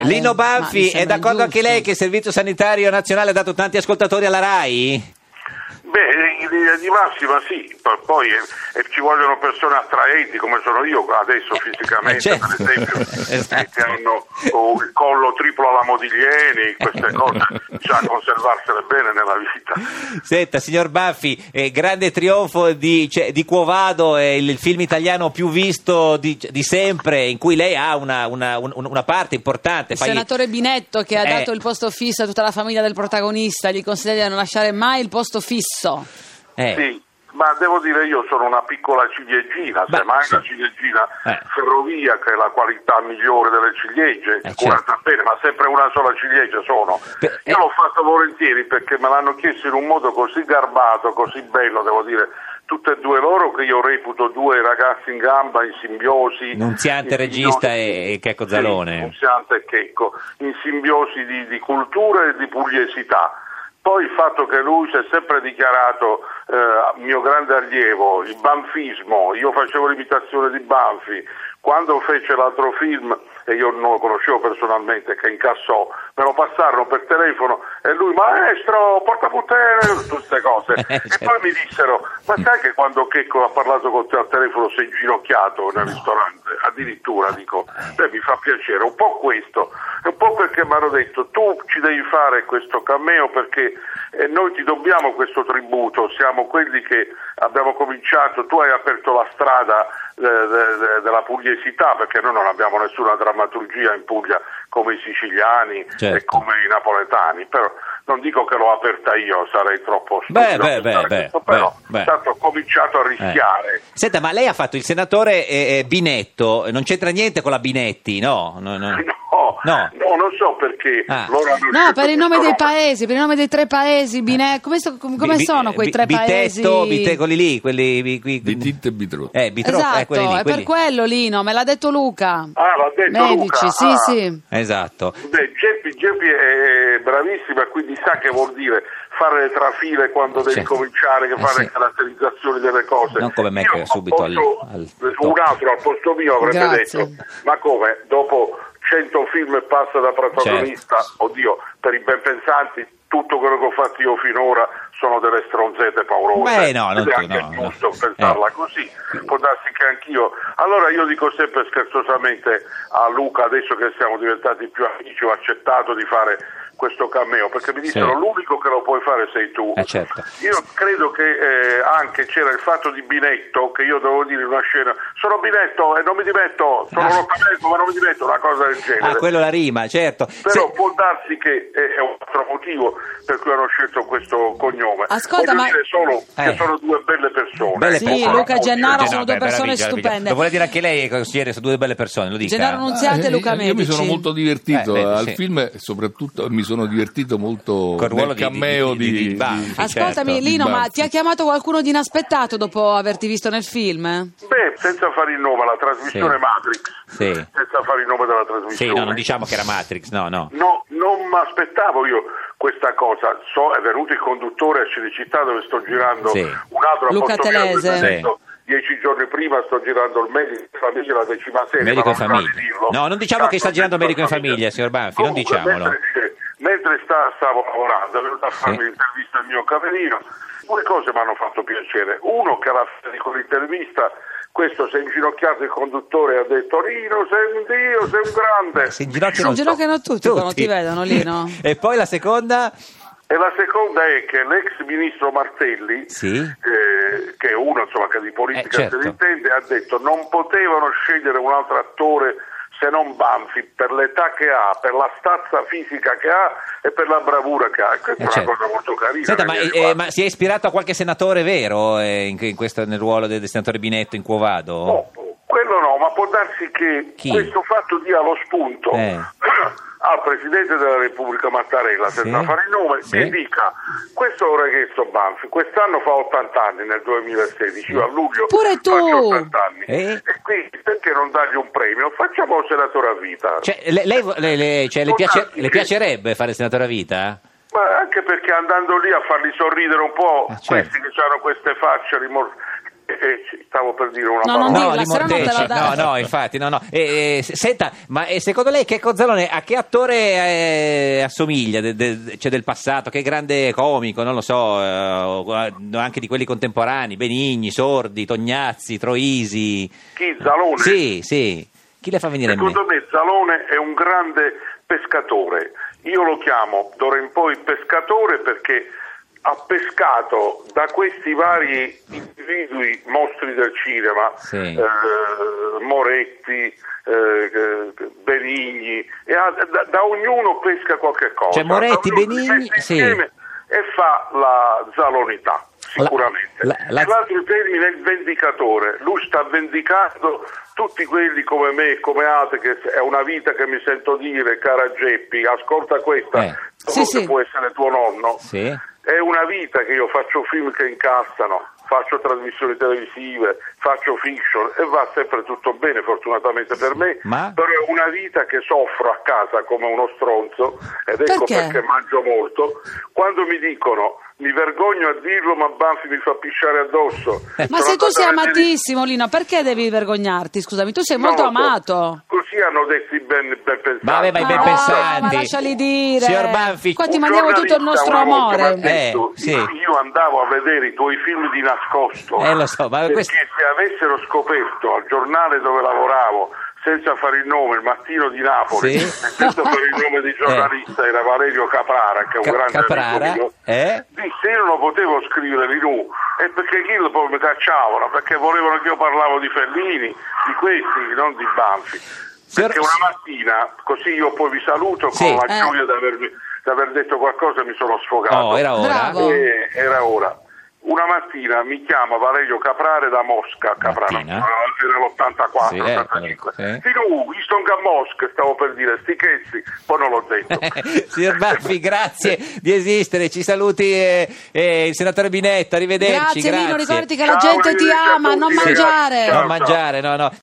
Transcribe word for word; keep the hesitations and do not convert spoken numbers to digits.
Lino Banfi, è d'accordo anche lei che il Servizio Sanitario Nazionale ha dato tanti ascoltatori alla RAI? Beh, in linea di massima sì, poi eh, eh, ci vogliono persone attraenti come sono io adesso fisicamente, eh certo. Per esempio, esatto. Che hanno oh, il collo triplo alla Modiglieni, queste cose, bisogna conservarsele bene nella vita. Senta, signor Banfi, eh, grande trionfo di, cioè, di Quo Vado, è il film italiano più visto di, di sempre, in cui lei ha una, una, un, una parte importante. Il Fai... senatore Binetto che ha eh... dato il posto fisso a tutta la famiglia del protagonista, gli consiglia di non lasciare mai il posto fisso. Eh. Sì, ma devo dire io sono una piccola ciliegina, se mai sì. Una ciliegina eh. ferrovia che è la qualità migliore delle ciliegie, eh, curata certo. bene, ma sempre una sola ciliegia sono. Beh, io eh. l'ho fatto volentieri perché me l'hanno chiesto in un modo così garbato, così bello, devo dire, tutte e due loro che io reputo due ragazzi in gamba, in simbiosi. Nunziante in regista e Checco Zalone. Sì, Nunziante e Checco, in simbiosi di, di cultura e di pugliesità. Poi il fatto che lui si è sempre dichiarato eh, mio grande allievo, il banfismo, io facevo l'imitazione di Banfi, quando fece l'altro film, e io non lo conoscevo personalmente, che incassò, me lo passarono per telefono e lui, maestro, portaputtane, tutte queste cose. E poi mi dissero, ma sai che quando Checco ha parlato con te al telefono sei inginocchiato nel ristorante? Addirittura, dico, beh, mi fa piacere, un po' questo, un po' perché mi hanno detto, tu ci devi fare questo cameo perché eh, noi ti dobbiamo questo tributo, siamo quelli che abbiamo cominciato, tu hai aperto la strada de, de, de, della pugliesità, perché noi non abbiamo nessuna drammaturgia in Puglia come i siciliani certo. e come i napoletani, però non dico che l'ho aperta io, sarei troppo stupido, beh, beh, beh, questo, però beh, tanto ho cominciato a rischiare. Eh. Senta, ma lei ha fatto il senatore eh, Binetto, non c'entra niente con la Binetti, no? No, no. no, no. no non so perché ah. loro hanno no, per il nome dei nome. paesi, per il nome dei tre paesi, Binetto, come, so, come bi, sono quei tre Bitetto, paesi? Bitetto, quelli lì, quelli... Bi, bi, Bitetto e Bitrotto. Eh, Bitrotto, esatto, eh, quelli lì, è quelli... per quello, Lino, me l'ha detto Luca. Ah, l'ha detto Medici, Luca. sì, ah. sì. Esatto. Beh, Geppi, Geppi è bravissima, quindi sa che vuol dire fare le trafile quando devi sì. cominciare, che eh fare sì. le caratterizzazioni delle cose. Non come me che subito al, al un altro al posto mio avrebbe Grazie. detto, ma come, dopo cento film e passa da protagonista, certo. oddio, per i ben pensanti, tutto quello che ho fatto io finora sono delle stronzette paurose. Beh, no, non è tu, anche no, giusto no. pensarla eh. così, può darsi che anch'io. Allora io dico sempre scherzosamente a Luca, adesso che siamo diventati più amici, ho accettato di fare questo cameo, perché mi dissero sì. l'unico che lo puoi fare sei tu. Eh, certo. Io credo che eh, anche c'era il fatto di Binetto, che io devo dire in una scena, sono Binetto e non mi dimetto, sono ah. Rottamento ma non mi dimetto, una cosa del genere. Ah, quello la rima, certo. Però Se... può darsi che è un altro motivo per cui hanno scelto questo cognome. Ascolta, Voglio ma... dire solo eh. che sono due belle persone. Belle sì, persone. Luca e Gennaro sono no, due beh, persone meraviglia, stupende. Lo vuole dire anche lei, consigliere, sono due belle persone, lo dica. Gennaro Nunziante e Luca eh, Medici. Io mi sono molto divertito eh, vedi, al sì. film e soprattutto mi sono divertito molto col ruolo nel cameo di, di, di, di, di di Ascoltami certo, Lino, di ma ti ha chiamato qualcuno di inaspettato dopo averti visto nel film? Beh, senza fare il nome, la trasmissione sì. Matrix, sì. senza fare il nome della trasmissione. Sì, no, non diciamo che era Matrix, no, no. No, non mi aspettavo io questa cosa. So, è venuto il conduttore a Cinecittà dove sto girando sì. un altro Luca Telese. Sì. Dieci giorni prima sto girando il Medico in Famiglia, la decima serie. Medico in non Famiglia. No, non diciamo che sta girando Medico in Famiglia, signor Banfi, non diciamolo. Mentre, mentre sta, stavo lavorando, è venuto a farmi sì. l'intervista al mio camerino. Due cose mi hanno fatto piacere. Uno, che alla fine di quell'intervista questo si è inginocchiato il conduttore e ha detto Rino sei un dio, sei un grande. Si inginocchiano, si inginocchiano tutti, tutti quando ti vedono Lino. E poi la seconda? E la seconda è che l'ex ministro Martelli, sì. eh, che è uno insomma che di politica eh, certo. se ne intende, ha detto non potevano scegliere un altro attore se non Banfi, per l'età che ha, per la stazza fisica che ha e per la bravura che ha. E questa eh, è certo. una cosa molto carina. Senta, ma, eh, ma si è ispirato a qualche senatore vero eh, in, in questo, nel ruolo del, del senatore Binetto in Quo Vado? No, quello no, ma può darsi che Chi? questo fatto dia lo spunto eh. al Presidente della Repubblica Mattarella, sì. senza fare il nome, sì. che dica questo ragazzo Banfi quest'anno fa ottanta anni, nel duemilasedici, sì. io a luglio pure tu faccio ottanta anni eh? e quindi perché non dargli un premio? Facciamo senatore a vita. Cioè, lei, lei, le, le, cioè, le, piace, le piacerebbe fare senatore a vita? Ma anche perché andando lì a farli sorridere un po', ah, certo. questi che hanno queste facce rimor- eh, stavo per dire una No, non parola. No, dirla, li se no non te la mortecci. dai. No, no, infatti, no, no. Eh, eh, senta, ma eh, secondo lei Checco Zalone a che attore eh, assomiglia, de- de- cioè del passato? Che grande comico, non lo so, eh, anche di quelli contemporanei, Benigni, Sordi, Tognazzi, Troisi. Chi, Zalone? Sì, sì. Chi le fa venire in Secondo mente? me Zalone è un grande pescatore. Io lo chiamo d'ora in poi pescatore perché ha pescato da questi vari individui mostri del cinema, Sì. eh, Moretti, eh, Benigni, e ha- da, da ognuno pesca qualche cosa. Cioè, Moretti, Da ognuno Benigni, si mette sì. insieme e fa la zalonità. Sicuramente. La- la- la- L'altro termine è il vendicatore. Lui sta vendicando tutti quelli come me e come altri, che è una vita che mi sento dire, cara Geppi, ascolta questa, Eh. Sì, forse sì. può essere tuo nonno. Sì. È una vita che io faccio film che incassano, faccio trasmissioni televisive, faccio fiction e va sempre tutto bene, fortunatamente per me, Ma? però è una vita che soffro a casa come uno stronzo, ed ecco Perché? perché mangio molto. Quando mi dicono, mi vergogno a dirlo, ma Banfi mi fa pisciare addosso. Ma Sono se tu andato sei a vedere- amatissimo, Lino, perché devi vergognarti? Scusami, tu sei Non molto lo so. amato. Così hanno detto i ben, ben pensanti. Vabbè, ma i ben Ah, pensanti. ma lasciali dire. Signor Banfi, Qua ti Un mandiamo tutto il giornalista nostro una volta mi ha amore. detto, Eh, sì. Io andavo a vedere i tuoi film di nascosto, Eh, lo so, ma perché questo- se avessero scoperto al giornale dove lavoravo, senza fare il nome, il Mattino di Napoli, Sì. e senza fare il nome di giornalista, era Valerio Caprara, che è un Ca- grande Caprara, amico mio, eh? disse io non lo potevo scrivere di nu, e perché chi poi mi cacciavano, perché volevano che io parlavo di Fellini, di questi, non di Banfi. Signor- Perché una mattina, così io poi vi saluto con Sì. la Eh. gioia di aver, di aver detto qualcosa, mi sono sfogato. Oh, era ora. Bravo. E era ora. Una mattina mi chiama Valerio Caprare da Mosca, Caprara, Mattina? era l'ottantaquattro, Sì, eh, ottantacinque. sì. Sì, tu, visto a Mosca, stavo per dire, sti chezzi, poi non l'ho detto. Signor Banfi, grazie di esistere. Ci saluti eh, eh, il senatore Binetta. Arrivederci. Grazie, Lino, ricordati che la Ciao, gente ti arrivederci a ama, non tutti, ragazzi. mangiare. Ciao. Non mangiare, no, no.